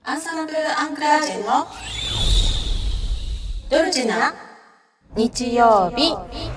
アンサンブル・アンクラージェのドルチェな日曜日。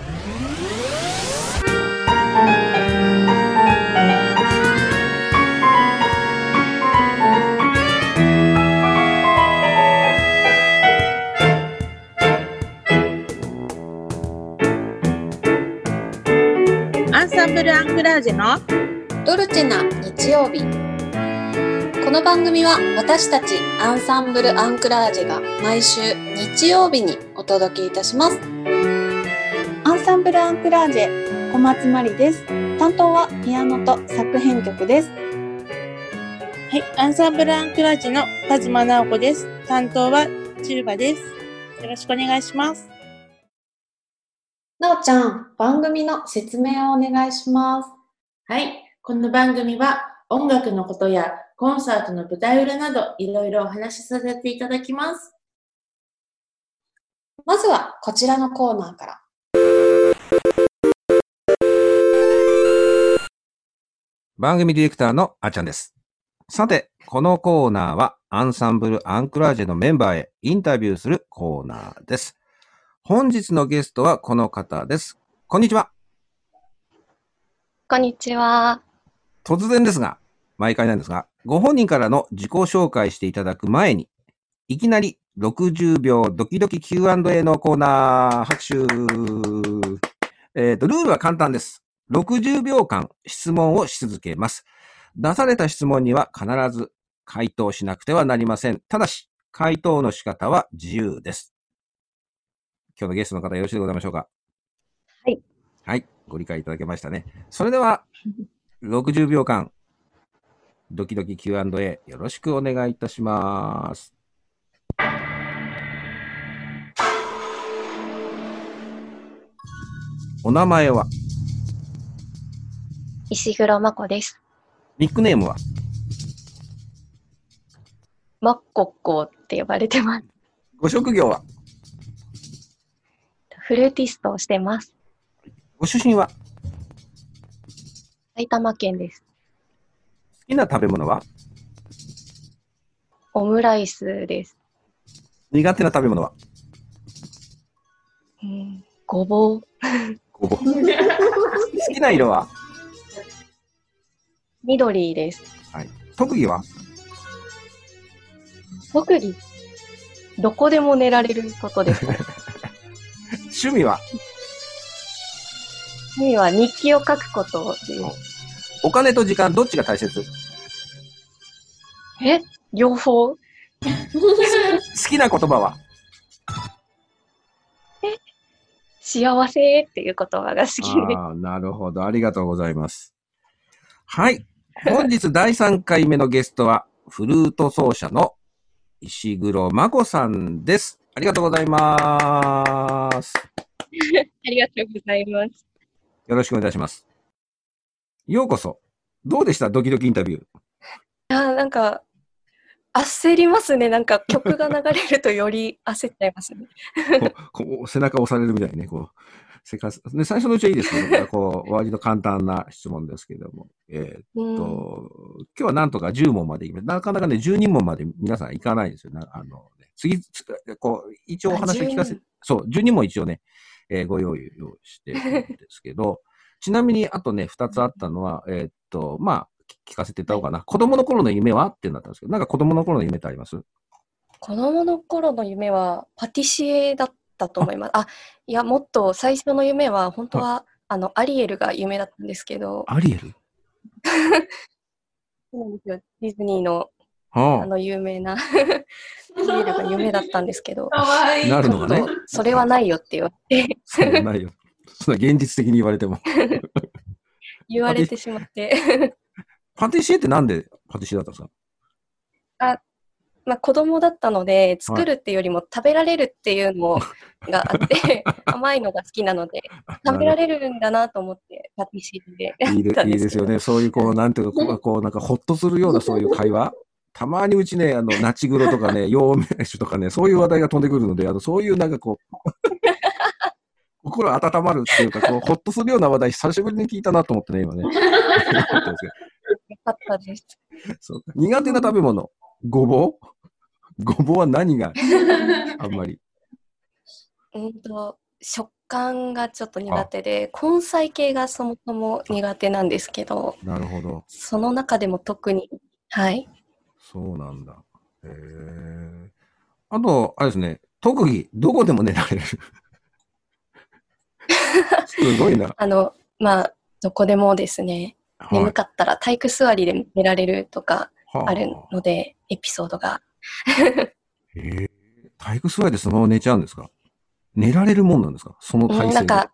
アンサンブル・アンクラージェのドルチェな日曜日。この番組は私たちアンサンブル・アンクラージェが毎週日曜日にお届けいたします。 アンサンブル・アンクラージェ小松まりです。担当はピアノと作編曲です。 はい、アンサンブル・アンクラージェの田島直子です。担当はチルバです。よろしくお願いします。 なおちゃん、番組の説明をお願いします。 はい、この番組は音楽のことやコンサートの舞台裏などいろいろお話しさせていただきます。 まずはこちらのコーナーから。 番組ディレクターのあっちゃんです。さて、このコーナーはアンサンブル・アンクラージェのメンバーへインタビューするコーナーです。本日のゲストはこの方です。こんにちは。 こんにちは。 突然ですが、毎回なんですが、ご本人からの自己紹介していただく前に、いきなり60秒ドキドキ Q&A のコーナー、拍手。ルールは簡単です。60秒間質問をし続けます。出された質問には必ず回答しなくてはなりません。ただし、回答の仕方は自由です。今日のゲストの方よろしいでございましょうか。 はい。 はい。ご理解いただけましたね。それでは、60秒間、ドキドキ Q&A よろしくお願いいたします。お名前は？ 石黒真子です。 ニックネームは？ マッコッコって呼ばれてます。 ご職業は？ フルーティストをしてます。 ご出身は？ 埼玉県です。 好きな食べ物は？ オムライスです。 苦手な食べ物は？ ごぼう。 ごぼう。好きな色は？ 緑です。 はい。特技は？ 特技。どこでも寝られることです。 趣味は？ 趣味は日記を書くことです。 お金と時間どっちが大切？ 両方。 好きな言葉は？ 幸せっていう言葉が好きで。 ああ、なるほど。ありがとうございます。はい。本日第3回目のゲストは、フルート奏者の石黒真子さんです。ありがとうございます。 ありがとうございます。 よろしくお願いします。ようこそ。どうでしたドキドキインタビュー。 なんか、焦りますね。なんか曲が流れるとより焦っちゃいますね。 こう背中押されるみたいにね、こう、最初のうちはいいですけど、こう、割と簡単な質問ですけども。今日はなんとか10問までいきます。なかなかね、12問まで皆さんいかないんですよ。こう、一応お話を聞かせて、そう、12問一応ね、ご用意をしてるんですけど、ちなみにあとね、2つあったのは、まあ、聞かせていただこうかな。子供の頃の夢はってなったんですけど、なんか子供の頃の夢ってあります？ 子供の頃の夢はパティシエだったと思います。いや、もっと最初の夢は、本当は、アリエルが夢だったんですけど。 アリエル？ そうなんですよ。ディズニーの、有名なアリエルが夢だったんですけど。 なるのがね。 それはないよって言われて。 それはないよ。そんな現実的に言われても。 言われてしまって。 パティシエってなんでパティシエだったんですか？ 子供だったので、作るっていうよりも食べられるっていうのがあって、甘いのが好きなので、食べられるんだなと思って、パティシエでやったんです。 いいですよね。そういう、こう、なんていうか、こう、なんか、ほっとするようなそういう会話。たまにうちね、ナチグロとかね、陽明酒とかね、そういう話題が飛んでくるので、そういうなんかこう、心温まるっていうか、こう、ほっとするような話題、久しぶりに聞いたなと思ってね、今ね。よかったです。 そう苦手な食べ物、ごぼう？ ごぼうは何があんまり。 食感がちょっと苦手で、根菜系がそもそも苦手なんですけど、 なるほど。 その中でも特に、はい。 そうなんだ。へえ。あと、あれですね、特技、どこでも寝られる。すごいな。 どこでもですね、 はい。 眠かったら体育座りで寝られるとかあるはので、エピソードが。 へえ。体育座りでそのまま寝ちゃうんですか？寝られるもんなんですか？その体勢で。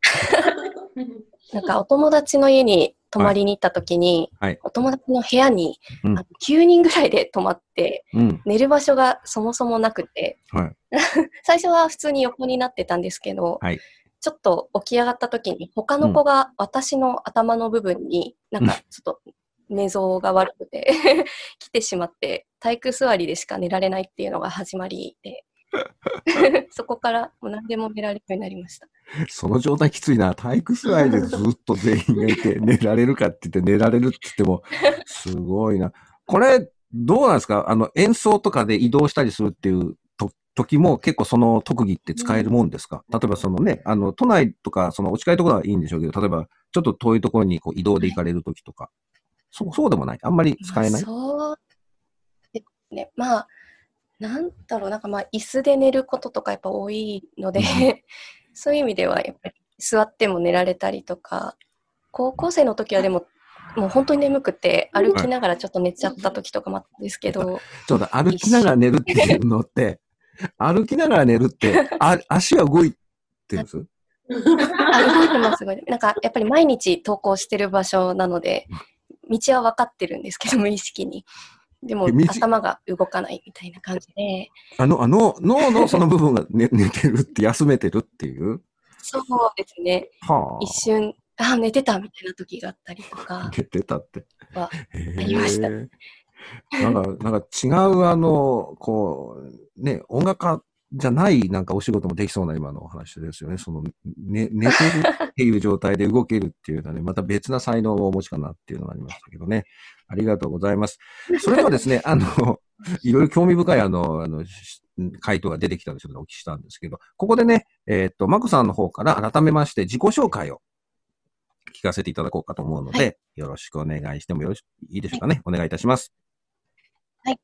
なんかお友達の家に泊はい。 まりに行った時に、 はい。 お友達の部屋にうん。 9人ぐらいで泊まって、 うん。 寝る場所がそもそもなくて、 はい。 最初は普通に横になってたんですけど、 はい。 ちょっと起き上がった時に他うん。 の子が私の頭の部分になんうん。 かちょっと寝相が悪くて来てしまって、体育座りでしか寝られないっていうのが始まりで、そこからもう何でも寝られるようになりました。 その状態きついな。体育座りでずっと全員がいて、寝られるかって言って寝られるって言っても、すごいな。これ、どうなんですか？演奏とかで移動したりするっていう時も結構その特技って使えるもんですか？例えばそのね、都内とか、そのお近いところはいいんでしょうけど、例えばちょっと遠いところにこう移動で行かれる時とか。そうでもない。あんまり使えない。 そうですね。なんだろう、椅子で寝ることとかやっぱ多いので、 うん。 そういう意味ではやっぱり座っても寝られたりとか、高校生の時はでも、もう本当に眠くて歩はい。 きながらちょっと寝ちゃった時とかもあったんですけど、 ちょっと歩きながら一瞬、 寝るっていうのって、歩きながら寝るって、足は動いてるんです？ 動いてます、動いてます。なんかやっぱり毎日登校してる場所なので、道は分かってるんですけど、無意識に。でも道、 頭が動かないみたいな感じで、 脳のその部分が寝てるって、休めてるっていう。 そうですね。一は瞬、寝てたみたいな時があったりとあ、 か寝てたって。 はへありましたね。 え。なんか違う、こう、ね、音楽家じゃないなんかお仕事もできそうな今のお話ですよね。寝てるっていう状態で動けるっていうのはね、また別な才能をお持ちかなっていうのがありましたけどね。ありがとうございます。それではですね、いろいろ興味深い回答が出てきたので、ちょっとお聞きしたんですけど、ここでね、マコさんの方から改めまして自己紹介を聞かせていただこうかと思うのはい。 で、よろしくお願いしてもいいでしはい。 ょうかね。お願いいたします。 はい。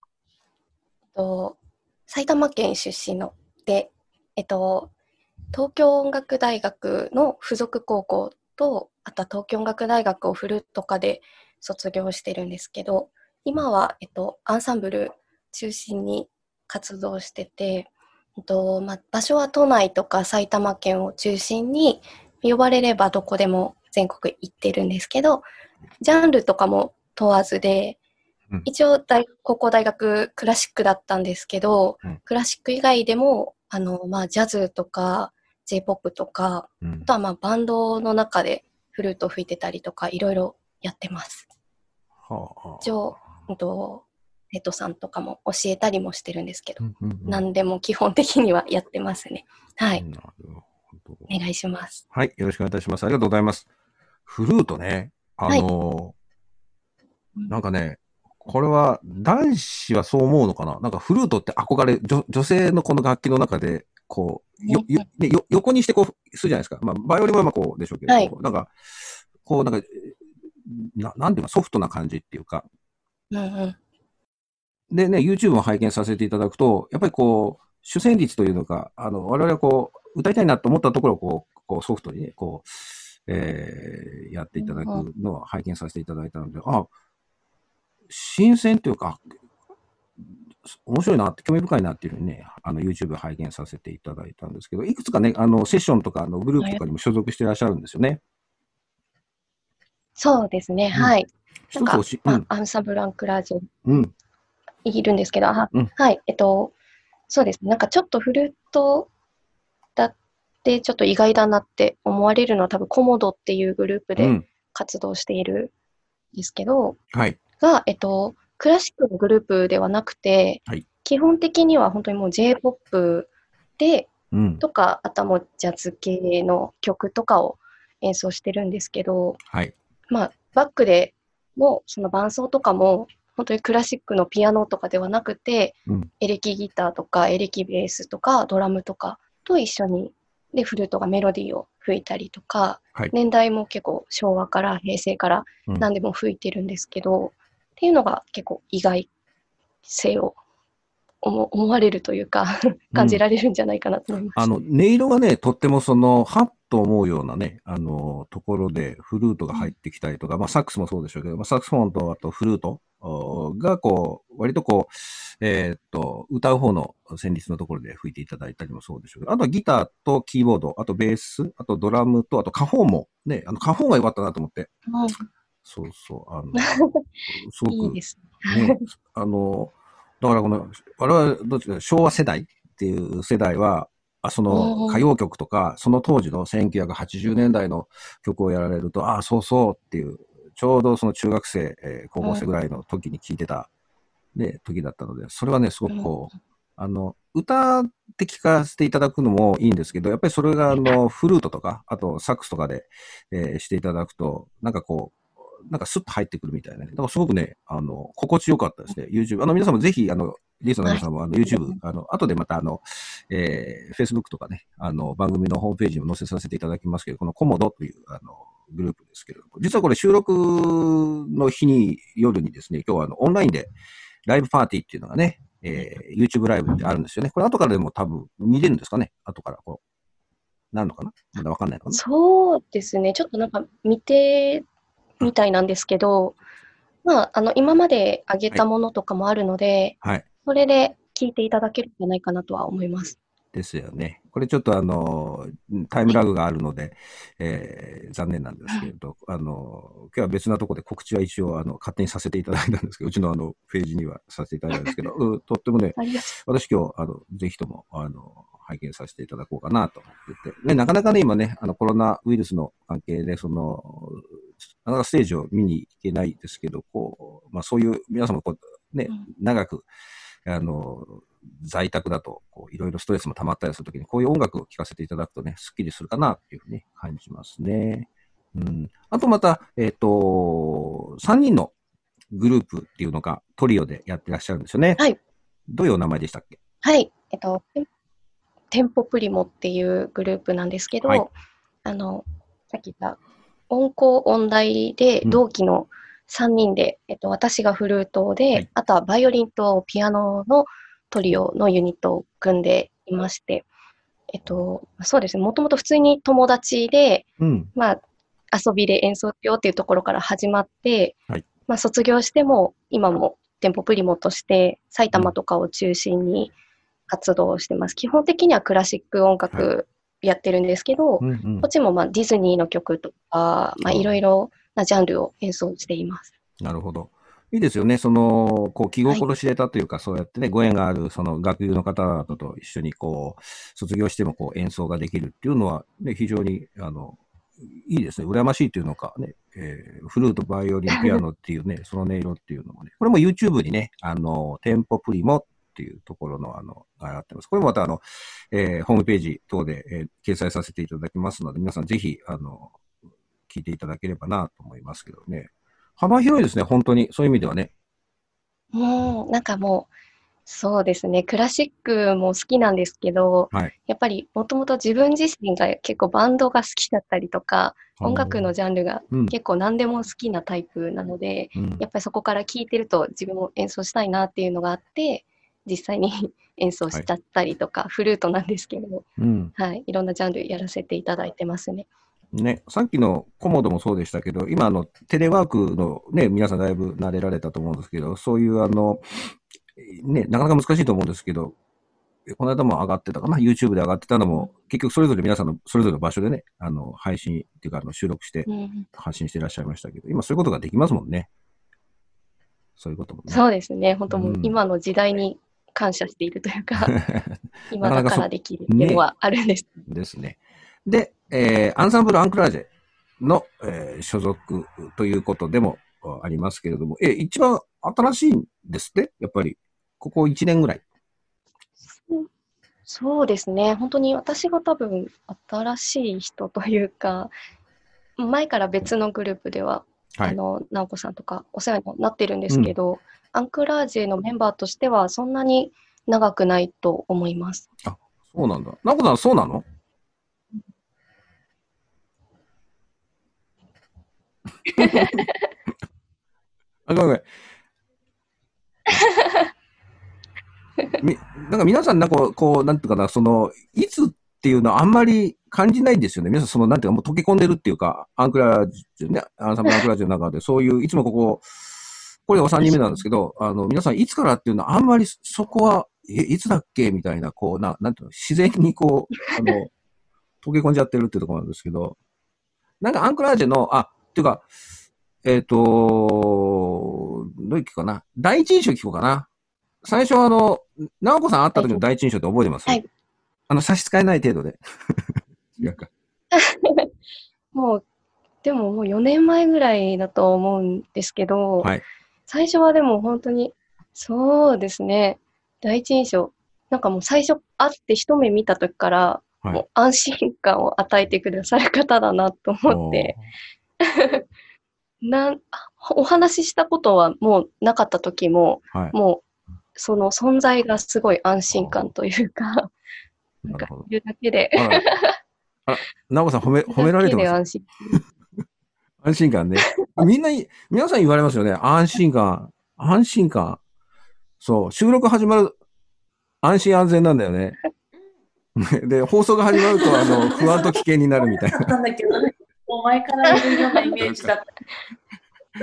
埼玉県出身ので、東京音楽大学の附属高校と、あとは東京音楽大学をフルート科で卒業してるんですけど、今は、アンサンブル中心に活動してて、場所は都内とか埼玉県を中心に、呼ばれればどこでも全国行ってるんですけど、ジャンルとかも問わずで、 うん。 一応高校大学クラシックだったんですけど、 うん。 クラシック以外でもジャズとか J-POP とか、 うん。 あとはバンドの中でフルート吹いてたりとかいろいろやってます。 はあ、は一応、 あ。 生徒さんとかも教えたりもしてるんですけど、 うんうんうん。 何でも基本的にはやってますね。はい。 なるほど。 お願いします。 はい。よろしくお願いいたします。ありがとうございます。フルートね。 はい。 なんかね、これは男子はそう思うのかな？なんかフルートって憧れ、女性のこの楽器の中で、こう、横にしてこう、するじゃないですか。まあ、バイオリンはまあこうでしょうけど、 はい。 なんか、なんていうかソフトな感じっていうか。 うんうん。 でね、YouTube を拝見させていただくと、やっぱりこう、主旋律というのか、我々はこう、歌いたいなと思ったところをこうソフトにね、やっていただうんうん。 くのを拝見させていただいたので、新鮮というか、面白いなって、興味深いなっていうふうにね、YouTube を拝見させていただいたんですけど、いくつかね、セッションとか、グループとかにも所属していらっしゃるんですよね。 そうですね。 うん。 はい。 うん、 アンサンブル・アンクラージュうん、 いるんですけど、 うん、 はい。そうですね。なんかちょっとフルートだってちょっと意外だなって思われるのは多分コモドっていうグループでうん。 活動しているんですけど、 はい、 クラシックのグループではなくて、 はい、 基本的には本当にもう J-POP で、 うん、 とか、あとはもうジャズ系の曲とかを演奏してるんですけど、 はい、 バックでもその伴奏とかも本当にクラシックのピアノとかではなくて、エレキギターとかエレキベースとかドラムとかと一緒に、で、フルートがメロディーを吹いたりとか、年代も結構昭和から平成から何でも吹いてるんですけど、っていうのが結構意外性を思われるというか感じられるんじゃないかなと思います。 音色がね、とってもはっと思うようなね、ところでフルートが入ってきたりとか、サックスもそうでしょうけど、サックスフォンとあとフルートが割と歌う方の旋律のところで吹いていただいたりもそうでしょうけど、あとはギターとキーボード、あとベース、あとドラムと、あとカホンもね、カホンが良かったなと思って。そうそう、すごく、 いいですね。だから我々どっちか昭和世代っていう世代は、歌謡曲とか、その当時の1980年代の曲をやられると、そうそうっていう、ちょうどその中学生、高校生ぐらいの時に聴いてた、ね、時だったので、それはね、すごく歌って聴かせていただくのもいいんですけど、やっぱりそれがフルートとか、あとサックスとかで、していただくと、なんかスッと入ってくるみたいなね。だからすごくね、心地よかったですね。YouTube。皆さんもぜひ、リスナーの皆さんもYouTube、後でまたFacebook とかね、番組のホームページにも載せさせていただきますけど、このコモドという、グループですけれども、実はこれ収録の日に、夜にですね、今日はオンラインでライブパーティーっていうのがね、YouTube ライブってあるんですよね。これ後からでも多分見れるんですかね。後からなるのかな、まだわかんないのかな。 そうですね。ちょっとなんか見てみたいなんですけど、今まで上げたものとかもあるので、それで聞いていただけるんじゃないかなとは思います。 ですよね。これちょっとタイムラグがあるので、残念なんですけれど、今日は別なところで告知は一応勝手にさせていただいたんですけど、うちのページにはさせていただいたんですけど、とってもね、私今日ぜひとも拝見させていただこうかなと思ってて、ね、なかなかね、今ね、コロナウイルスの関係で、なかなかステージを見に行けないですけど、そういう皆さんもね、長く、在宅だと、いろいろストレスも溜まったりするときに、こういう音楽を聴かせていただくとね、スッキリするかなっていうふうに感じますね。あとまた、3人のグループっていうのがトリオでやってらっしゃるんですよね。どういうお名前でしたっけ？ はい。テンポプリモっていうグループなんですけど、さっき言った音高音大で同期の3人で、私がフルートで、あとはバイオリンとピアノのトリオのユニットを組んでいまして、そうですね、もともと普通に友達で、遊びで演奏しようっていうところから始まって、卒業しても、今もテンポプリモとして埼玉とかを中心に活動してます。基本的にはクラシック音楽やってるんですけど、こっちもディズニーの曲とか、いろいろなジャンルを演奏しています。 なるほど。いいですよね。気心知れたというか、そうやってね、ご縁がある、学友の方々と一緒に卒業しても演奏ができるっていうのは、ね、非常に、いいですね。羨ましいというのか、ね、フルート、バイオリン、ピアノっていうね、その音色っていうのもね、これも YouTube にね、テンポプリモっていうところの、があってます。これもまたホームページ等で、掲載させていただきますので、皆さんぜひ、聞いていただければなと思いますけどね。幅広いですね、本当に。そういう意味ではね。 なんかもう、そうですね、クラシックも好きなんですけど、やっぱりもともと自分自身が結構バンドが好きだったりとか、音楽のジャンルが結構何でも好きなタイプなので、やっぱりそこから聴いてると自分も演奏したいなっていうのがあって、実際に演奏しちゃったりとか、フルートなんですけど、いろんなジャンルやらせていただいてますね。 ね、さっきのコモドもそうでしたけど、今テレワークのね、皆さんだいぶ慣れられたと思うんですけど、そういうね、なかなか難しいと思うんですけど、この間も上がってたかな、YouTube で上がってたのも、結局それぞれ皆さんのそれぞれの場所でね、配信っていうか収録して発信していらっしゃいましたけど、今そういうことができますもんね。そういうこともね。 そうですね、本当もう今の時代に感謝しているというか、今だからできるっていうのはあるんです。 ですね。で、アンサンブル・アンクラージェの、所属ということでもありますけれども、一番新しいんですって？やっぱり、ここ1年ぐらい。 そうですね。本当に私が多分新しい人というか、前から別のグループでは、直子さんとかお世話になってるんですけど、 アンクラージェのメンバーとしてはそんなに長くないと思います。 あ、そうなんだ。なこさん、そうなの？あ、ごめんごめん。なんか皆さん、なんかこう、なんていうかな、いつっていうのはあんまり感じないんですよね。皆さん、なんていうか、もう溶け込んでるっていうか、アンクラージュね、アンサンブルアンクラージュの中で、そういう、いつもこれお3人目なんですけど、皆さん、いつからっていうのはあんまりそこは、いつだっけみたいな、なんていうの、自然に溶け込んじゃってるっていうところなんですけど、なんかアンクラージュの、っていうか、どういう気かな。第一印象聞こうかな。最初直子さん会った時の第一印象って覚えてます？ はい。 差し支えない程度で。違うか。 でももう4年前ぐらいだと思うんですけど、 はい。 最初はでも本当に、そうですね、第一印象、なんかもう最初会って一目見た時から、 はい、 もう安心感を与えてくださる方だなと思って、お話ししたことはもうなかった時も、 はい、 もうその存在がすごい安心感というか、なんかいるだけで。 なおこさん褒められてます。安心感ね。皆さん言われますよね。安心感。そう、収録始まる、安心安全なんだよね。で、放送が始まると、不安と危険になるみたいな。 なんだけど、お前からいるようなイメージだった。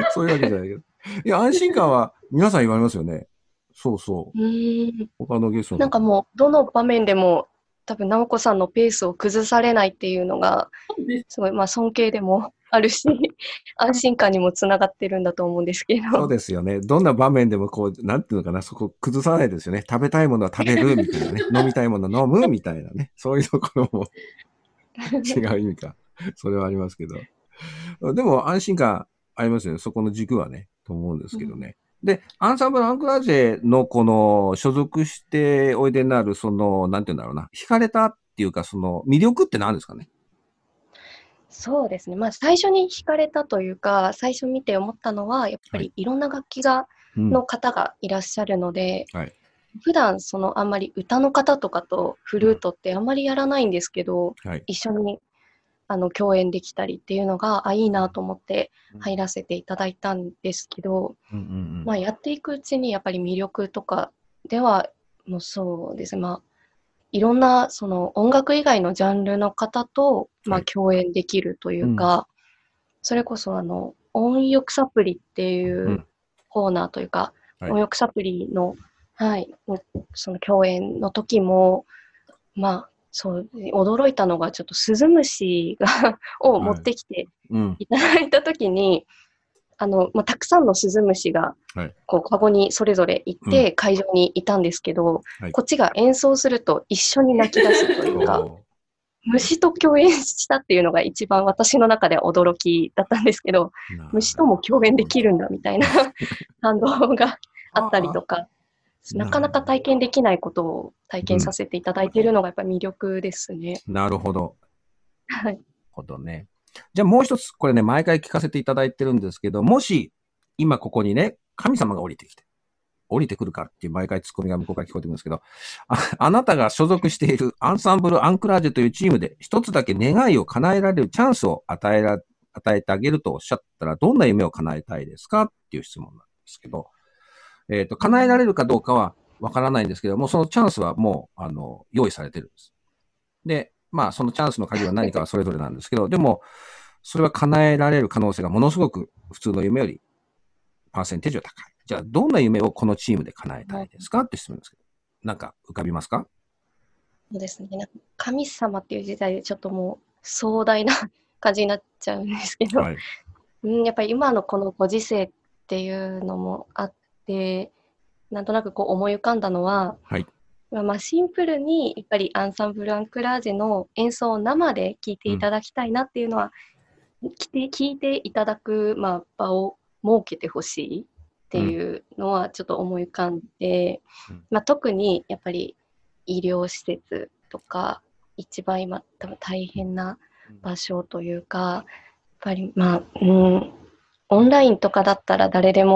そういうわけじゃないけど。いや、安心感は皆さん言われますよね。そうそう。他のゲストなんかもう、どの場面でも、多分、直子さんのペースを崩されないっていうのが、すごい、まあ、尊敬でもあるし、安心感にもつながってるんだと思うんですけど。 そうですよね。どんな場面でもなんていうのかな、そこ崩さないですよね。食べたいものは食べるみたいなね。飲みたいものは飲むみたいなね。そういうところも違う意味か。それはありますけど。でも安心感ありますよね。そこの軸はね、と思うんですけどね。で、アンサンブル・アンクラージェの所属しておいでになる、なんていうんだろうな、惹かれたっていうか、魅力って何ですかね？ そうですね。まあ、最初に惹かれたというか、最初見て思ったのは、やっぱりいろんな楽器の方がいらっしゃるので、普段あんまり歌の方とかとフルートってあんまりやらないんですけど、一緒に共演できたりっていうのが、いいなと思って入らせていただいたんですけど、まあ、やっていくうちにやっぱり魅力とかでは、もうそうですね、まあ、いろんな音楽以外のジャンルの方と、まあ、共演できるというか、それこそ音浴サプリっていうコーナーというか、音浴サプリの、その共演の時も、まあ、そう驚いたのがちょっとスズムシを持ってきていただいたときに、まあ、たくさんのスズムシがカゴにそれぞれ行って会場にいたんですけど、こっちが演奏すると一緒に泣き出すというか、虫と共演したっていうのが一番私の中では驚きだったんですけど、虫とも共演できるんだみたいな感動があったりとか。なかなか体験できないことを体験させていただいているのがやっぱり魅力ですね。 なるほど。 はい。 ほどね。じゃあもう一つ、これね、毎回聞かせていただいてるんですけど、もし、今ここにね、神様が降りてくるかっていう毎回ツッコミが向こうから聞こえてくるんですけど、あなたが所属しているアンサンブル・アンクラージュというチームで一つだけ願いを叶えられるチャンスを与えてあげるとおっしゃったら、どんな夢を叶えたいですかっていう質問なんですけど、叶えられるかどうかはわからないんですけども、そのチャンスはもう、用意されてるんです。で、まあ、そのチャンスの鍵は何かはそれぞれなんですけど、でも、それは叶えられる可能性がものすごく普通の夢よりパーセンテージは高い。じゃあ、どんな夢をこのチームで叶えたいですかって質問ですけど、なんか浮かびますか？ そうですね。なんか神様っていう時代でちょっともう壮大な感じになっちゃうんですけど、やっぱり今のこのご時世っていうのもあって、なんとなく思い浮かんだのは、まあシンプルにやっぱりアンサンブル・アンクラージェの演奏を生で聴いていただきたいなっていうのは、聴いていただく、まあ、場を設けてほしいっていうのはちょっと思い浮かんで、まあ、特にやっぱり医療施設とか一番今多分大変な場所というか、やっぱりまあ、オンラインとかだったら誰でも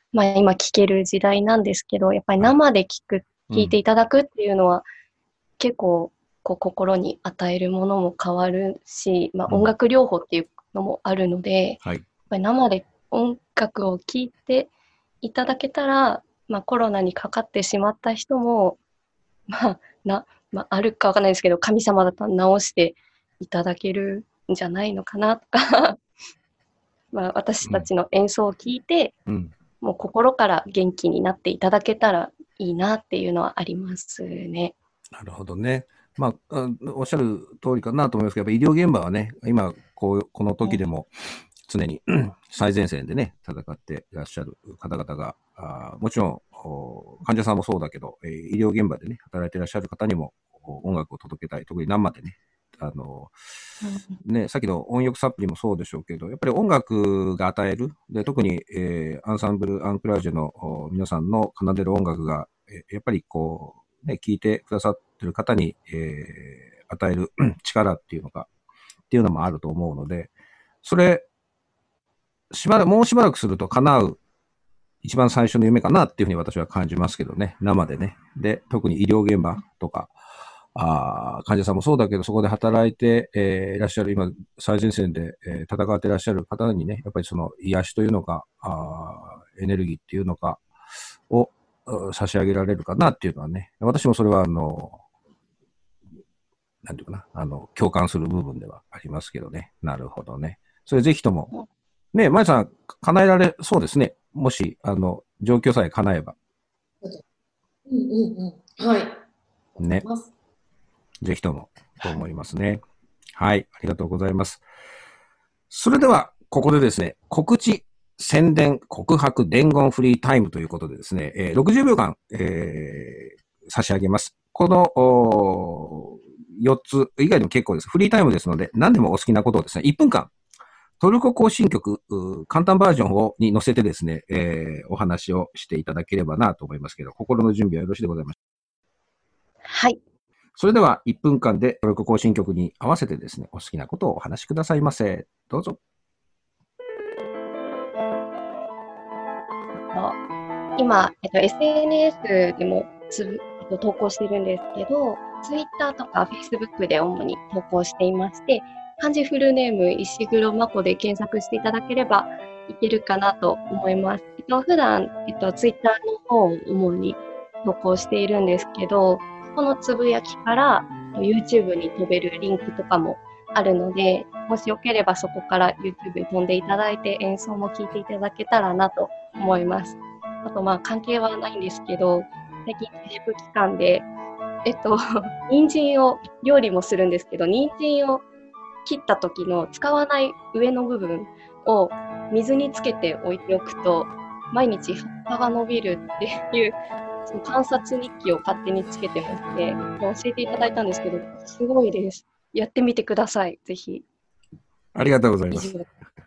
まあ今聞ける時代なんですけど、やっぱり生で聞いていただくっていうのは、結構こう心に与えるものも変わるし、まあ音楽療法っていうのもあるので、やっぱり生で音楽を聴いていただけたら、まあコロナにかかってしまった人も、まああるかわかんないですけど、神様だったら治していただけるんじゃないのかなとか、まあ私たちの演奏を聞いて、もう心から元気になっていただけたらいいなっていうのはありますね。 なるほどね。まあ、おっしゃる通りかなと思いますけど、やっぱ医療現場はね、今、この時でも常に最前線でね、戦っていらっしゃる方々が、もちろん、患者さんもそうだけど、医療現場でね、働いていらっしゃる方にも音楽を届けたい。特に生でね、ね、さっきの音浴サプリもそうでしょうけど、やっぱり音楽が与える、で特に、アンサンブル・アンクラージュの皆さんの奏でる音楽が、やっぱりこう、ね、聴いてくださってる方に、与える力っていうのもあると思うので、それ、もうしばらくすると叶う一番最初の夢かなっていうふうに私は感じますけどね、生でね。で、特に医療現場とか、患者さんもそうだけど、そこで働いて、いらっしゃる、今、最前線で、戦っていらっしゃる方にね、やっぱりその癒しというのか、エネルギーっていうのかを差し上げられるかなっていうのはね、私もそれは、なんていうかな、共感する部分ではありますけどね。なるほどね。それぜひとも、ね、まゆさん、叶えられそうですね。もし、状況さえ叶えば。 はい。 ね。ぜひとも、と思いますね。はい、ありがとうございます。それでは、ここでですね、告知、宣伝、告白、伝言フリータイムということでですね、60秒間、差し上げます。この4つ以外でも結構です。フリータイムですので、何でもお好きなことをですね、1分間、トルコ行進曲、簡単バージョンに載せてですね、お話をしていただければなと思いますけど、心の準備はよろしいでございますか？ はい。 それでは1分間でトルコ行進曲に合わせてですね、お好きなことをお話しくださいませ。どうぞ。 今、SNS でも投稿しているんですけど、Twitter とか Facebook で主に投稿していまして、漢字フルネーム石黒真子で検索していただければいけるかなと思います。普段、Twitter の方を主に投稿しているんですけど、このつぶやきから YouTube に飛べるリンクとかもあるので、もしよければそこから YouTube に飛んでいただいて演奏も聴いていただけたらなと思います。あと関係はないんですけど、最近自粛期間で、人参を料理もするんですけど、人参を切った時の使わない上の部分を水につけて置いておくと、毎日葉っぱが伸びるっていうその観察日記を勝手につけてまして、教えていただいたんですけど、すごいです。やってみてください、ぜひ。 ありがとうございます。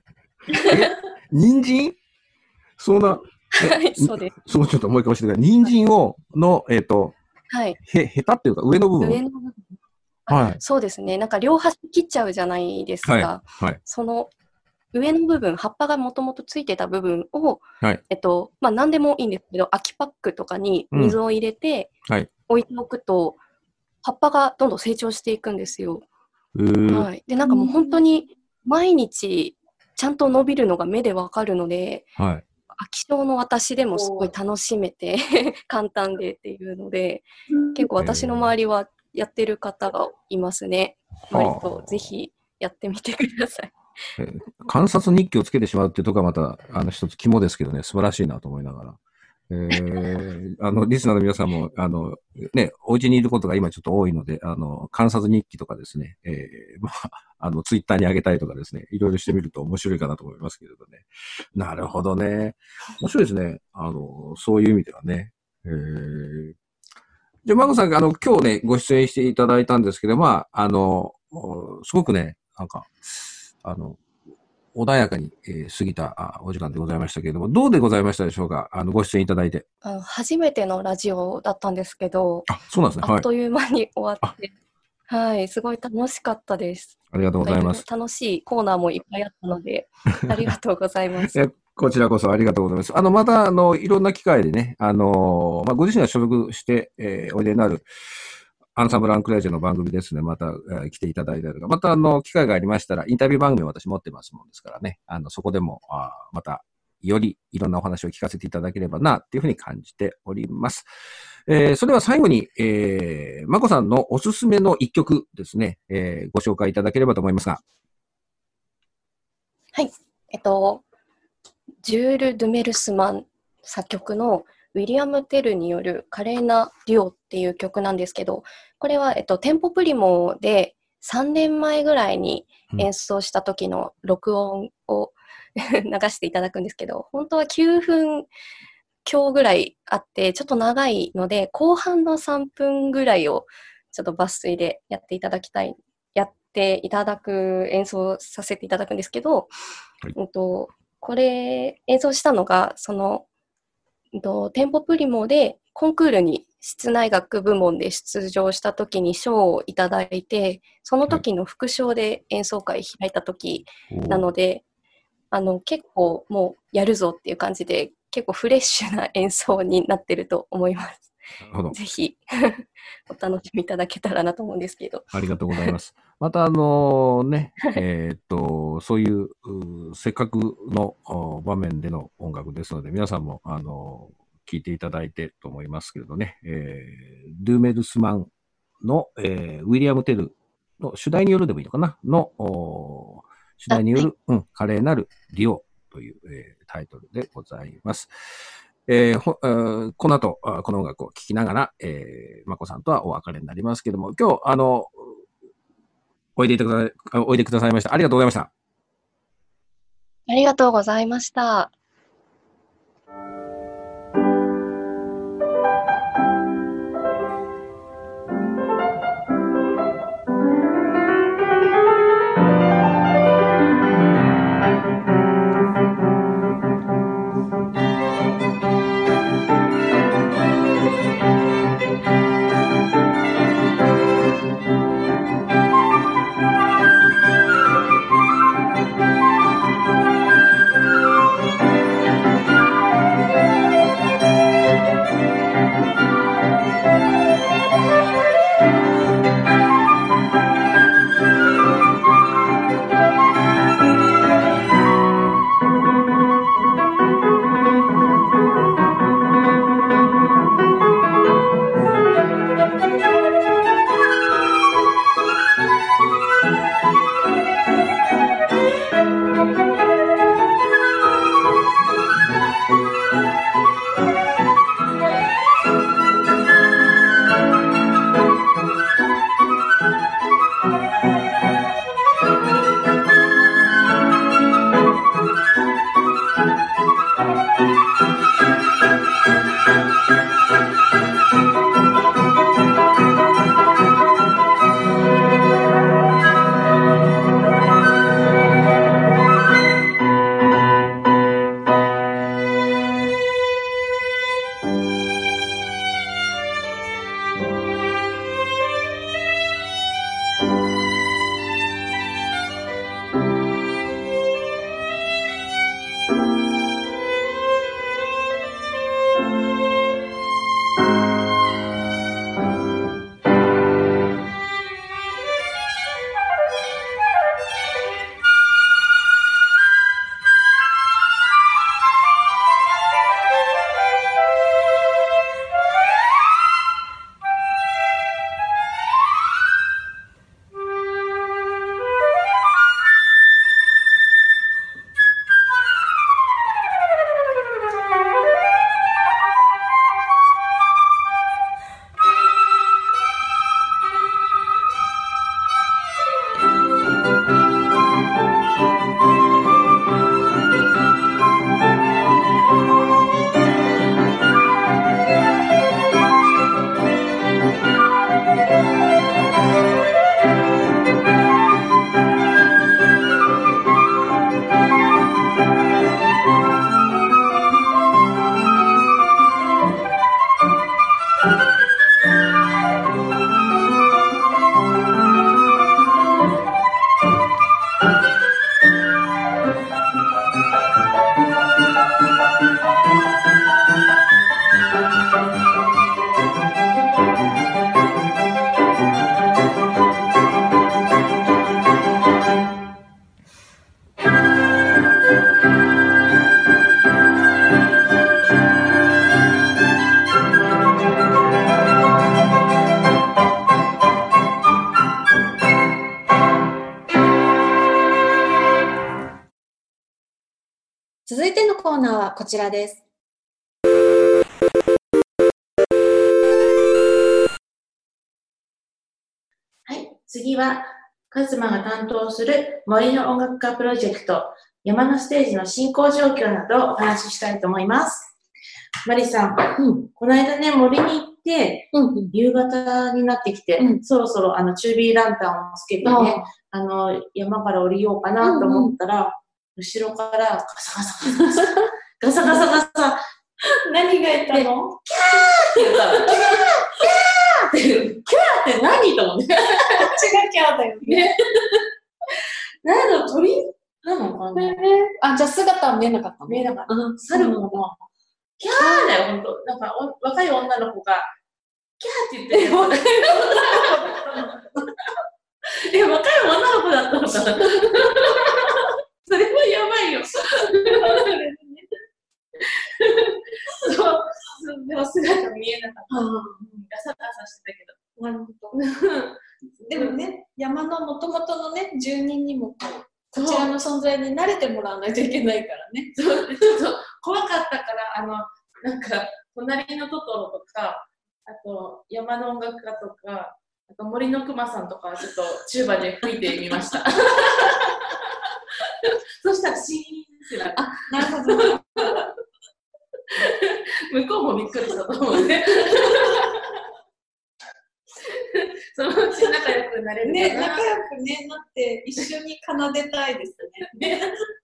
人参そんな、 はい、そうです。 そう、ちょっともう一回教えてください。人参の、 はい。 ヘタっていうか上の部分。 上の部分。 はい。 そうですね。なんか両端切っちゃうじゃないですか。 はい。 その上の部分、葉っぱがもともとついてた部分を、 はい。 何でもいいんですけど、空きパックとかに水を入れて、置いておくと、葉っぱがどんどん成長していくんですよ。はい。で、なんかもう本当に毎日ちゃんと伸びるのが目でわかるので、 はい。 飽き性の私でもすごい楽しめて簡単でっていうので、結構私の周りはやってる方がいますね。割とぜひやってみてください。 観察日記をつけてしまうっていうところがまた一つ肝ですけどね、素晴らしいなと思いながら。リスナーの皆さんも、ね、お家にいることが今ちょっと多いので、観察日記とかですね、ツイッターに上げたりとかですね、いろいろしてみると面白いかなと思いますけれどね。なるほどね。面白いですね。そういう意味ではね。じゃあ、マコさんが、今日ね、ご出演していただいたんですけど、すごくね、なんか、穏やかに過ぎたお時間でございましたけれども、どうでございましたでしょうか？ご出演いただいて。 初めてのラジオだったんですけど、 そうなんですね。 あっという間に終わって、はい、すごい楽しかったです。 ありがとうございます。 楽しいコーナーもいっぱいあったので、ありがとうございます。 こちらこそありがとうございます。また、いろんな機会でね、ご自身が所属して、おいでになる、アンサンブル・アンクラージェの番組ですね。また、来ていただいたりとか、また、機会がありましたら、インタビュー番組を私持ってますもんですからね。そこでも、また、よりいろんなお話を聞かせていただければな、っていうふうに感じております。それでは最後に、まこさんのおすすめの一曲ですね、ご紹介いただければと思いますが。 はい。ジュール・ドゥメルスマン作曲のウィリアム・テルによる華麗なデュオっていう曲なんですけど、これは、テンポプリモで3年前ぐらいに演奏した時の録音を流していただくんですけど、本当は9分強ぐらいあって、ちょっと長いので、後半の3分ぐらいをちょっと抜粋でやっていただく演奏させていただくんですけど、はい、これ演奏したのがテンポプリモでコンクールに室内楽部門で出場した時に賞をいただいて、その時の副賞で演奏会開いた時なので、結構もうやるぞっていう感じで結構フレッシュな演奏になってると思います。ぜひお楽しみいただけたらなと思うんですけど。 ありがとうございます。またね、そういうせっかくの場面での音楽ですので、皆さんも聴いていただいてと思いますけれどね、ドゥーメルスマンの、ウィリアム・テルの主題によるでもいいのかなの主題による、はい、華麗なるデュオという、タイトルでございます。この後、この音楽を聴きながら、まこさんとはお別れになりますけども、今日、おいでくださいました。ありがとうございました。 ありがとうございました。 コーナーはこちらです。 はい、次はカズマが担当する森の音楽家プロジェクト山のステージの進行状況などをお話ししたいと思います。マリさん、この間ね、森に行って、夕方になってきて、そろそろ中火ランタンをつけてね、山から降りようかなと思ったら、後ろからガサガサガサガサガサガサ何が言ったの？ キャーって言ったら、キャーって言う。キャーって何と思って。 こっちがキャーだよね。 なんだろう、鳥なのかな？ あ、じゃあ姿は見えなかったの？ 見えなかった。猿もの。キャーだよ、ほんと。なんか若い女の子が、キャーって言ってるよ。若い女の子だったのかな。それはやばいよ。そう、でも姿見えなかった。ガサガサしてたけど。 なるほど。でもね、山の元々のね、住人にもこちらの存在に慣れてもらわないといけないからね。 そう、ちょっと怖かったから、なんか、隣のトトロとか、あと、山の音楽家とか、あと森のくまさんとか、ちょっとチューバで吹いてみました。そしたら、シーンってなった。 あ、なるほど。 向こうもびっくりしたと思うね。そのうち仲良くなれるかな。 ね、仲良くね、なって一緒に奏でたいですね。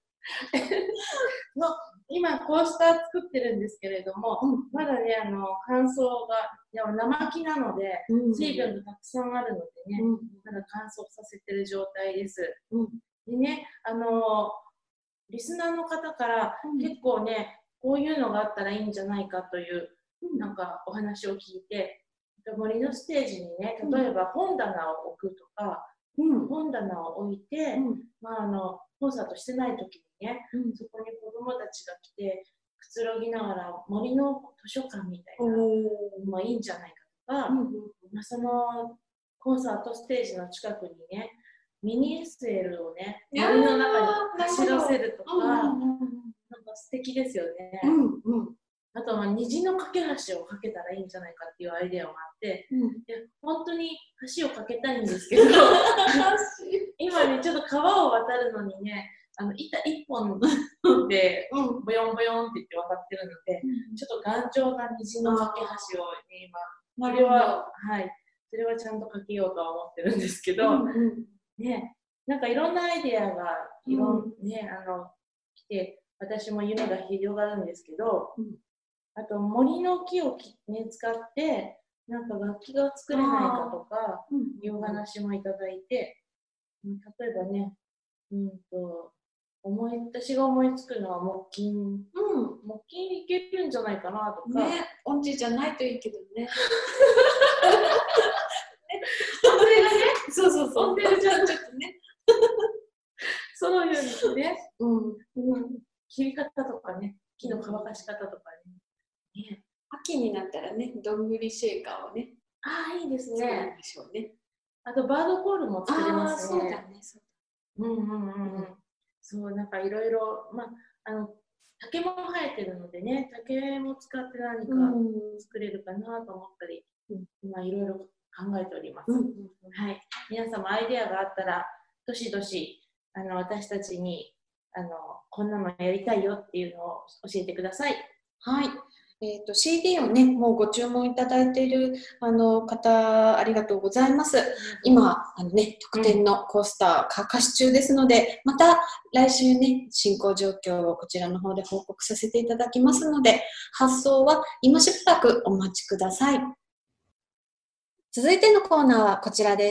今コースター作ってるんですけれども、まだね、乾燥が、生木なので、水分がたくさんあるのでね、まだ乾燥させてる状態です。でね、リスナーの方から結構ね、こういうのがあったらいいんじゃないかという、なんかお話を聞いて、森のステージにね、例えば本棚を置くとか、本棚を置いて、コンサートしてない時にね、そこに子供たちが来て、くつろぎながら森の図書館みたいなのもいいんじゃないかとか、そのコンサートステージの近くにね、ミニ SL をね、森の中に走らせるとか、なんか素敵ですよね。あとは虹の架け橋を架けたらいいんじゃないかっていうアイデアもあって、本当に橋を架けたいんですけど、今ね、ちょっと川を渡るのにね、板一本でボヨンボヨンって言って渡ってるので、ちょっと頑丈な虹の架け橋をね、今、それはちゃんと架けようとは思ってるんですけど、ね、なんかいろんなアイデアが来て、私も夢が広がるんですけど、あと森の木を使ってなんか楽器が作れないかとかいうお話もいただいて、例えばね、私が思いつくのは木琴、木琴いけるんじゃないかなとか。 ね、音痴じゃないといいけどね。 音程がね、 そう音程がちょっとね、 そういうにね、切り方とかね、木の乾かし方とかね。 秋になったらね、どんぐりシェーカーをね。 ああ、いいですね。 そうね。 あと、バードコールも作れますね。 そうだね。 そう、なんかいろいろ、竹も生えてるのでね、竹も使って何か作れるかなと思ったり、今いろいろ考えております。はい。皆様アイデアがあったら、どしどし、私たちに、こんなのやりたいよっていうのを教えてください。 はい。CD をね、もうご注文いただいている方、ありがとうございます。今、特典のコースター、貸し中ですので、また来週ね、進行状況をこちらの方で報告させていただきますので、発送は今しばらくお待ちください。 続いてのコーナーはこちらです。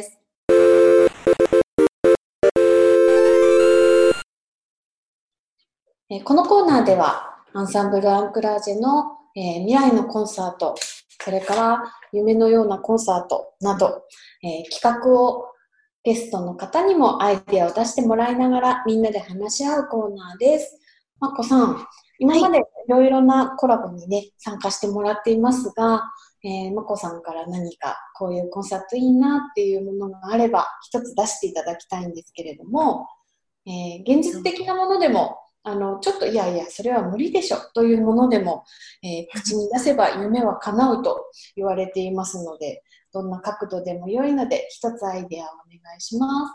このコーナーでは、アンサンブル・アンクラージェの未来のコンサート、それから夢のようなコンサートなど、企画をゲストの方にもアイデアを出してもらいながらみんなで話し合うコーナーです。まこさん、今までいろいろなコラボにね、参加してもらっていますが、まこさんから何かこういうコンサートいいなっていうものがあれば一つ出していただきたいんですけれども、現実的なものでもちょっといやいや、それは無理でしょというものでも、口に出せば夢は叶うと言われていますので、どんな角度でも良いので、一つアイデアをお願いします。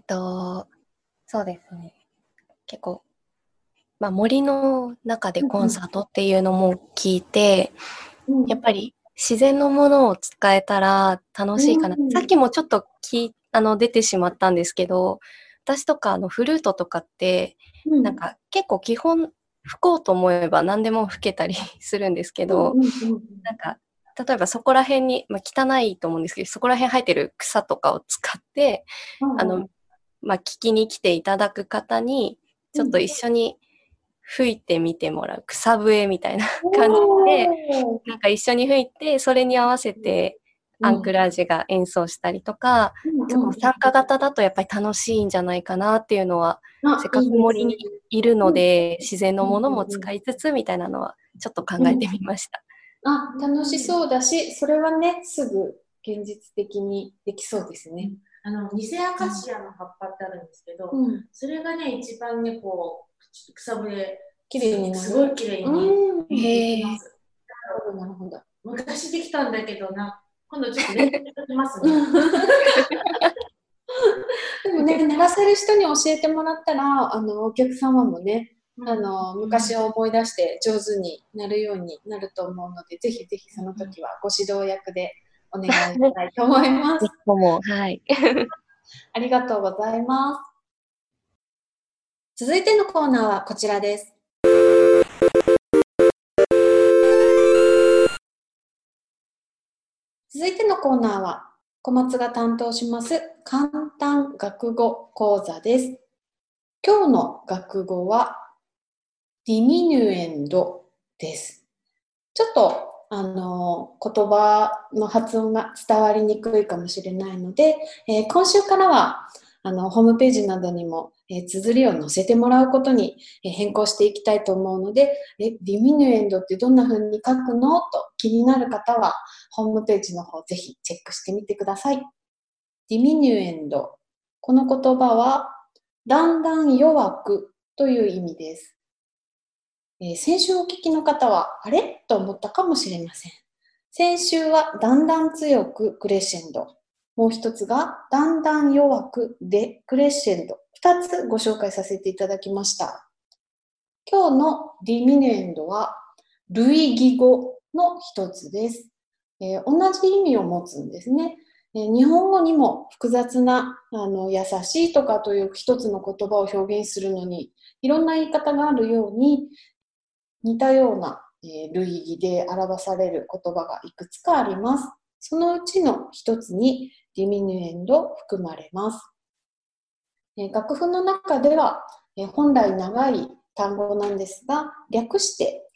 そうですね。結構、森の中でコンサートっていうのも聞いて、やっぱり自然のものを使えたら楽しいかな。さっきもちょっと出てしまったんですけど、私とかフルートとかって、なんか結構基本吹こうと思えば何でも吹けたりするんですけど、なんか例えばそこら辺に、汚いと思うんですけど、そこら辺生えてる草とかを使って、聞きに来ていただく方に、ちょっと一緒に吹いてみてもらう、草笛みたいな感じで、なんか一緒に吹いて、それに合わせてアンクラージュが演奏したりとか、参加型だとやっぱり楽しいんじゃないかなっていうのは、せっかく森にいるので、自然のものも使いつつみたいなのは、ちょっと考えてみました。 楽しそうだし、それはね、すぐ現実的にできそうですね。 ニセアカシアの葉っぱってあるんですけど、それがね、一番ね、こう、草笛、 綺麗になる。 すごい綺麗にできます。 なるほど。 昔できたんだけどな、今度ちょっと練習してきますね。 でもね、鳴らせる人に教えてもらったら、お客様もね、昔を思い出して上手になるようになると思うので、ぜひぜひその時はご指導役でお願いしたいと思います。 はい。 ありがとうございます。続いてのコーナーはこちらです。続いてのコーナーは小松が担当します簡単学語講座です。今日の学語はディミヌエンドです。ちょっと言葉の発音が伝わりにくいかもしれないので、今週からはホームページなどにも、綴りを載せてもらうことに、変更していきたいと思うので、ディミヌエンドってどんな風に書くのと気になる方はホームページの方ぜひチェックしてみてください。ディミヌエンド、この言葉はだんだん弱くという意味です。先週お聞きの方はあれと思ったかもしれません。先週はだんだん強くクレッシェンド、もう一つがだんだん弱くデクレッシェンド、2つご紹介させていただきました。今日のディミヌエンドは類義語の一つです。同じ意味を持つんですね。日本語にも複雑な優しいとかという一つの言葉を表現するのにいろんな言い方があるように似たような類義で表される言葉がいくつかあります。そのうちの一つにディミヌエンド含まれます。楽譜の中では本来長い単語なんですが、略して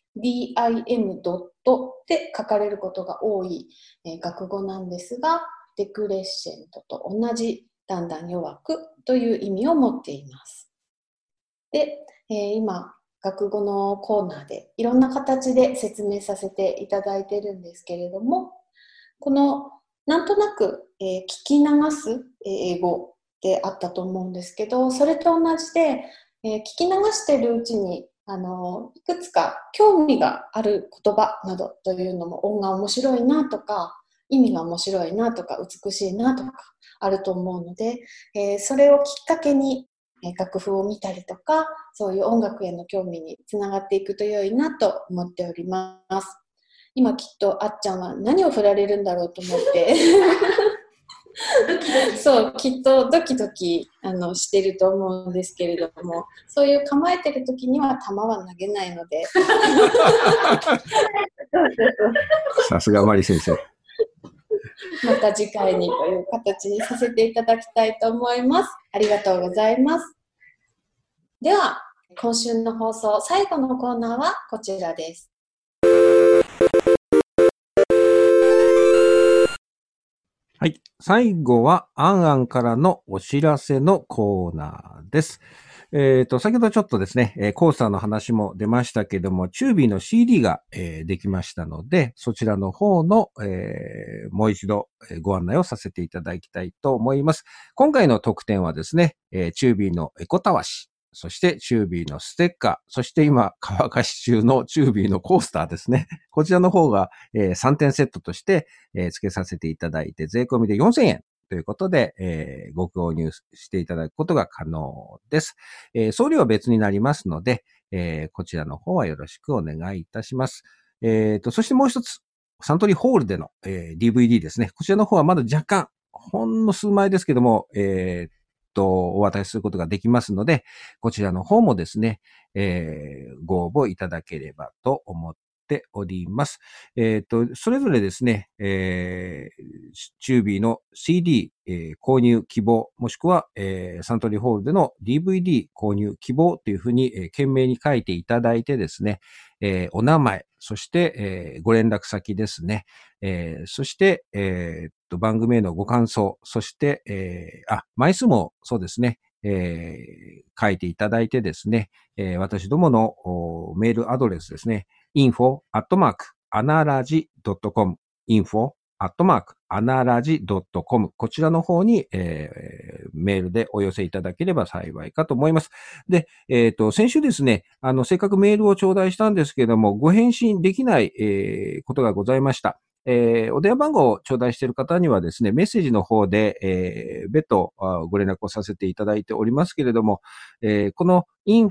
DIM ドットで書かれることが多い楽語なんですが、デクレッシェントと同じだんだん弱くという意味を持っています。で、今学語のコーナーでいろんな形で説明させていただいているんですけれども、このなんとなく、聞き流す英語であったと思うんですけど、それと同じで、聞き流しているうちにいくつか興味がある言葉などというのも音が面白いなとか意味が面白いなとか美しいなとかあると思うので、それをきっかけに楽譜を見たりとか、そういう音楽への興味につながっていくと良いなと思っております。今きっとあっちゃんは何を振られるんだろうと思ってそう、きっとドキドキしてると思うんですけれども、そういう構えてる時には球は投げないのでさすがマリ先生。 また次回にという形にさせていただきたいと思います。ありがとうございます。では、今週の放送最後のコーナーはこちらです。 はい。最後は、あんあんからのお知らせのコーナーです。先ほどちょっとですね、コースターの話も出ましたけども、チュービーの CD が、できましたので、そちらの方の、もう一度ご案内をさせていただきたいと思います。今回の特典はですね、チュービーのエコたわしそしてチュービーのステッカー、そして今乾かし中のチュービーのコースターですね。こちらの方が、3点セットとして、付けさせていただいて、税込みで4000円。ということで、ご購入していただくことが可能です。送料は別になりますので、こちらの方はよろしくお願いいたします。そしてもう一つ、サントリーホールでの、DVD ですね。こちらの方はまだ若干、ほんの数枚ですけども、お渡しすることができますので、こちらの方もですね、ご応募いただければと思っております。それぞれですね、チュービーの CD、購入希望、もしくは、サントリーホールでの DVD 購入希望というふうに、懸命に書いていただいてですね、お名前、そして、ご連絡先ですね、そして、番組へのご感想、そして、枚数もそうですね、書いていただいてですね、私どものメールアドレスですね、info@anaraji.com info@anaraji.com こちらの方に、メールでお寄せいただければ幸いかと思います。で、先週ですね、せっかくメールを頂戴したんですけれども、ご返信できない、ことがございました。お電話番号を頂戴している方にはですね、メッセージの方で、別途ご連絡をさせていただいておりますけれども、この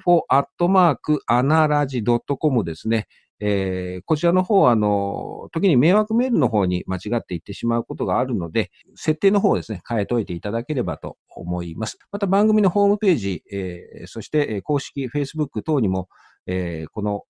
info@anaraji.com ですね、こちらの方は、時に迷惑メールの方に間違っていってしまうことがあるので、設定の方をですね、変えといていただければと思います。また番組のホームページ、そして公式 Facebook 等にも、この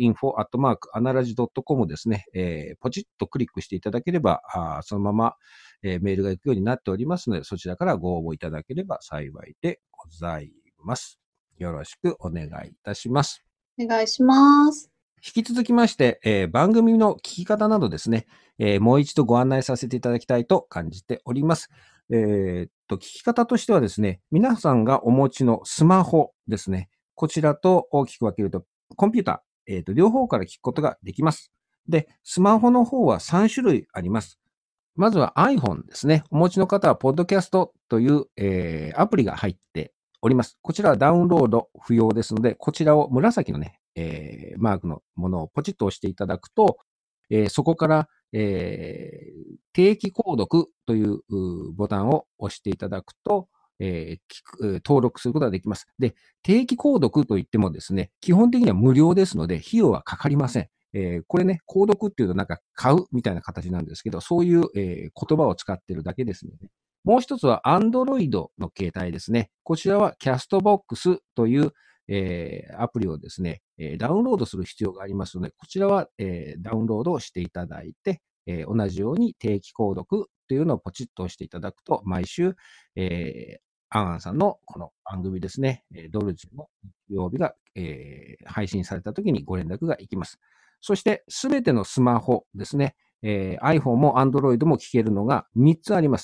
info@anaraji.com ですね、ポチッとクリックしていただければ、そのまま、メールが行くようになっておりますので、そちらからご応募いただければ幸いでございます。よろしくお願いいたします。 お願いします。 引き続きまして、番組の聞き方などですね、もう一度ご案内させていただきたいと感じております。聞き方としてはですね、皆さんがお持ちのスマホですね、こちらと大きく分けると、コンピューター、両方から聞くことができます。で、スマホの方は3種類あります。まずは iPhone ですね。お持ちの方は、Podcast という、アプリが入っております。こちらはダウンロード不要ですので、こちらを紫のね、マークのものをポチッと押していただくと、そこから、定期購読というボタンを押していただくと、登録することができます。で、定期購読といってもですね、基本的には無料ですので、費用はかかりません。これね、購読っていうとなんか買うみたいな形なんですけど、そういう、言葉を使ってるだけですので、ね。もう一つは Android の携帯ですね。こちらは Castbox という、アプリをですね、ダウンロードする必要がありますので、こちらは、ダウンロードをしていただいて、同じように定期購読というのをポチッと押していただくと、毎週、アンさんのこの番組ですね、ドルジの日曜日が、配信された時にご連絡がいきます。そして、すべてのスマホですね、iPhone も Android も聞けるのが3つあります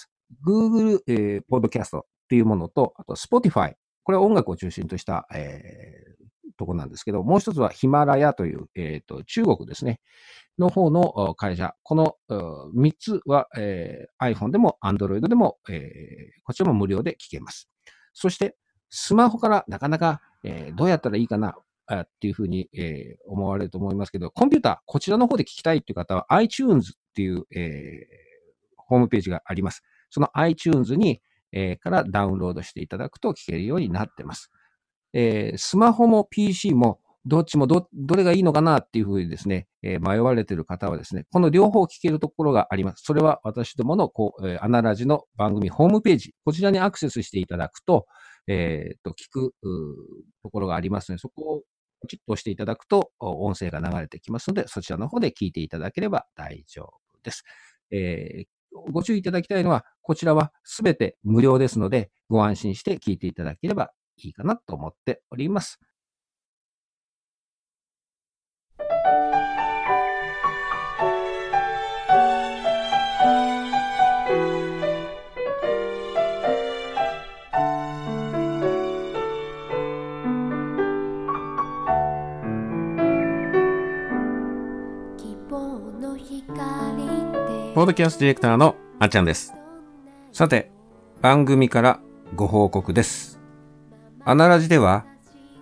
。Google、Podcast というものと、あと Spotify。これは音楽を中心とした、ところなんですけど、もう一つはヒマラヤという、中国ですね、の方の会社。この3つは、iPhone でも Android でも、こちらも無料で聞けます。そして、スマホからなかなか、どうやったらいいかなっていうふうに、思われると思いますけど、コンピューター、こちらの方で聞きたいという方は iTunes っていう、ホームページがあります。その iTunes に、からダウンロードしていただくと聞けるようになっています。スマホも PC もどっちもどれがいいのかなっていうふうにですね、迷われている方はですね、この両方聞けるところがあります。それは私どものアナラジの番組ホームページ、こちらにアクセスしていただくと、聞くところがありますので、そこをポチッと押していただくと音声が流れてきますので、そちらの方で聞いていただければ大丈夫です。ご注意いただきたいのは、こちらはすべて無料ですので、ご安心して聞いていただければいいかなと思っております。ポッドキャストディレクターのあっちゃんです。さて、番組からご報告です。アナラジでは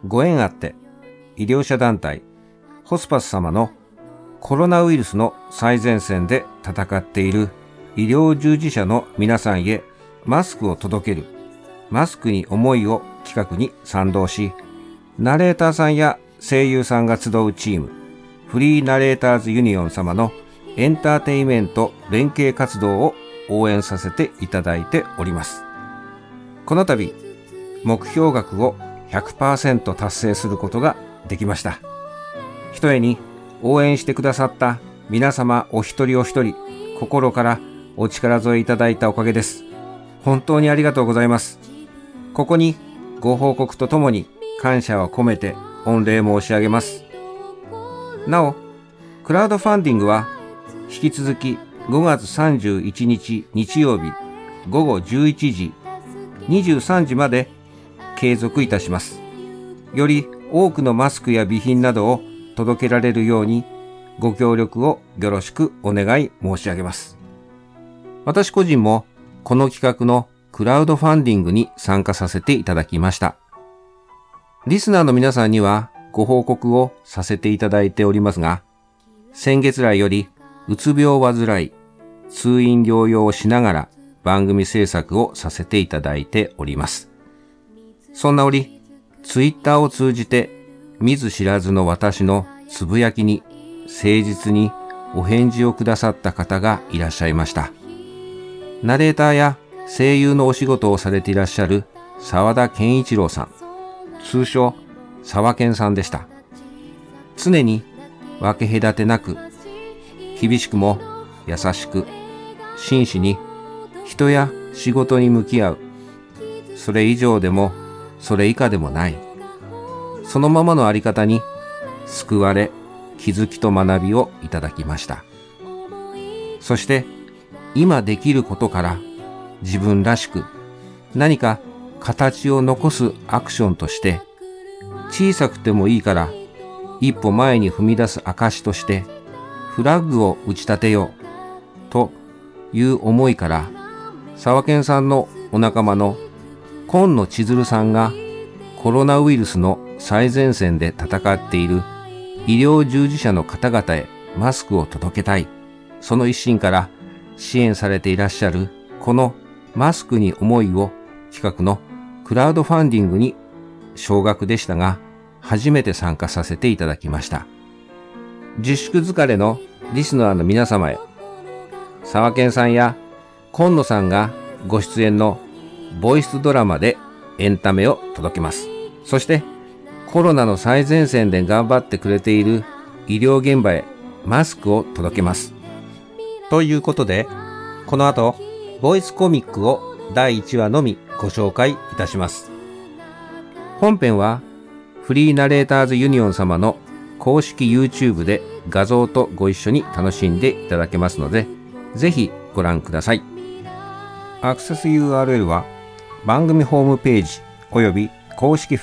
ご縁あって医療者団体ホスパス様のコロナウイルスの最前線で戦っている医療従事者の皆さんへマスクを届けるマスクに思いを企画に賛同し、ナレーターさんや声優さんが集うチームフリーナレーターズユニオン様のエンターテイメント連携活動を応援させていただいております。この度目標額を 100% 達成することができました。ひとえに応援してくださった皆様お一人お一人心からお力添えいただいたおかげです。本当にありがとうございます。ここにご報告とともに感謝を込めて御礼申し上げます。なお、クラウドファンディングは引き続き5月31日日曜日午後11時23時まで継続いたします。より多くのマスクや備品などを届けられるようにご協力をよろしくお願い申し上げます。私個人もこの企画のクラウドファンディングに参加させていただきました。リスナーの皆さんにはご報告をさせていただいておりますが、先月来よりうつ病を患い、通院療養をしながら番組制作をさせていただいております。そんな折、ツイッターを通じて見ず知らずの私のつぶやきに誠実にお返事をくださった方がいらっしゃいました。ナレーターや声優のお仕事をされていらっしゃる沢田健一郎さん、通称沢健さんでした。常に分け隔てなく、厳しくも優しく、真摯に人や仕事に向き合う。それ以上でもそれ以下でもない。そのままのあり方に救われ、気づきと学びをいただきました。そして今できることから自分らしく何か形を残すアクションとして、小さくてもいいから一歩前に踏み出す証としてフラッグを打ち立てようという思いから、沢健さんのお仲間の今野千鶴さんがコロナウイルスの最前線で戦っている医療従事者の方々へマスクを届けたい、その一心から支援されていらっしゃるこのマスクに思いを企画のクラウドファンディングに少額でしたが初めて参加させていただきました。自粛疲れのリスナーの皆様へ、沢健さんや今野さんがご出演のボイスドラマでエンタメを届けます。そしてコロナの最前線で頑張ってくれている医療現場へマスクを届けます。ということで、この後ボイスコミックを第1話のみご紹介いたします。本編はフリーナレーターズユニオン様の公式 YouTube で画像とご一緒に楽しんでいただけますので、ぜひご覧ください。アクセス URL は番組ホームページおよび公式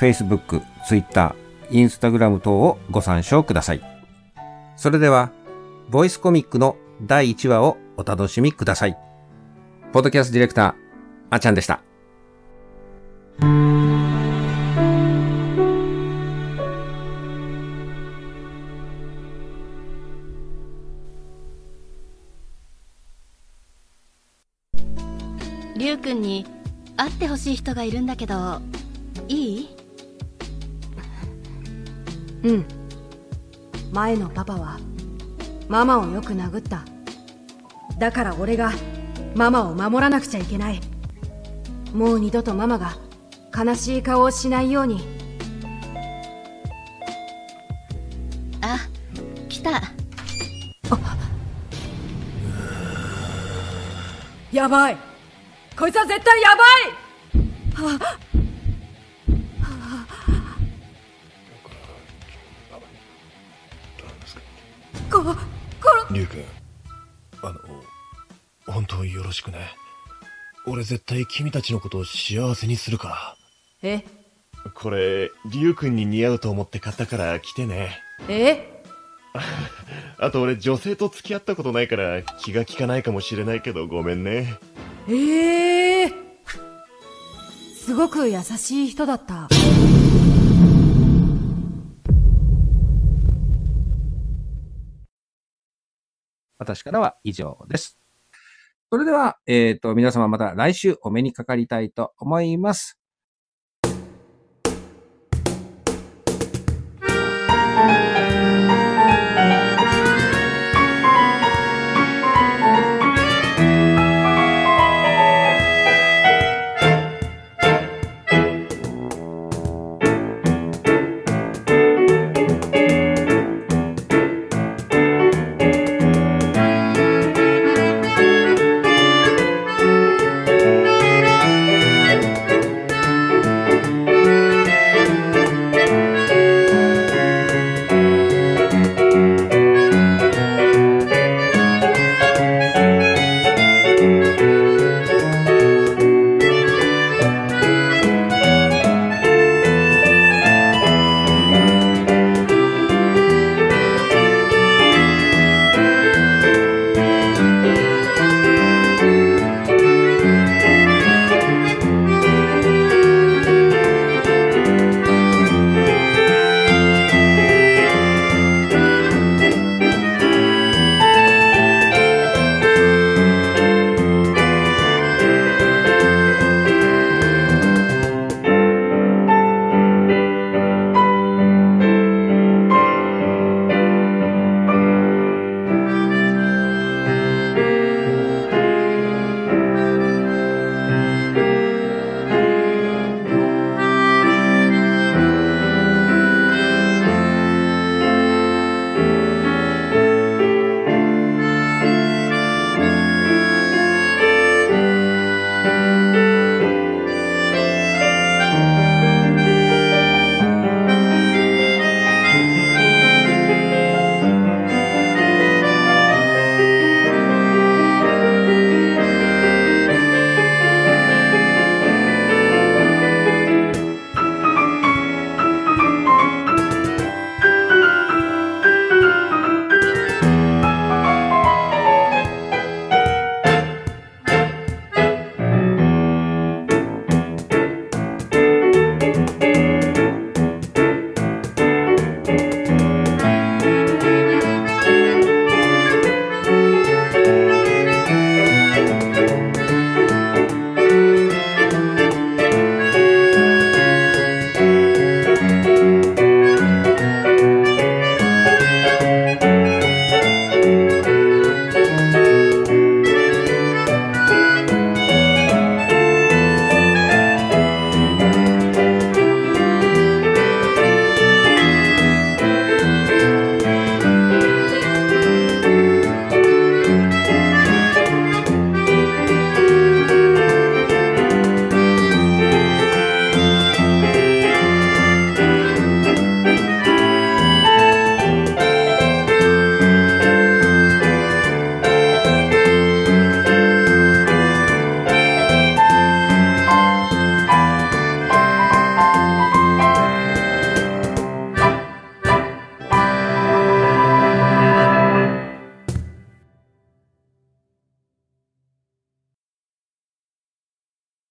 Facebook、Twitter、Instagram 等をご参照ください。それではボイスコミックの第1話をお楽しみください。ポッドキャストディレクターあちゃんでした。 りゅうくんに会ってほしい人がいるんだけど、いい？ うん。前のパパはママをよく殴った。だから俺がママを守らなくちゃいけない。もう二度とママが悲しい顔をしないように。 あ、来た。 やばい。こいつは絶対やばい。 りゅうくん、本当よろしくね。俺絶対君たちのことを幸せにするから。 え？ これりゅうくんに似合うと思って買ったから着てね。 え？ あと俺女性と付き合ったことないから気が利かないかもしれないけどごめんね。 すごく優しい人だった。 私からは以上です。それでは、皆様また来週お目にかかりたいと思います。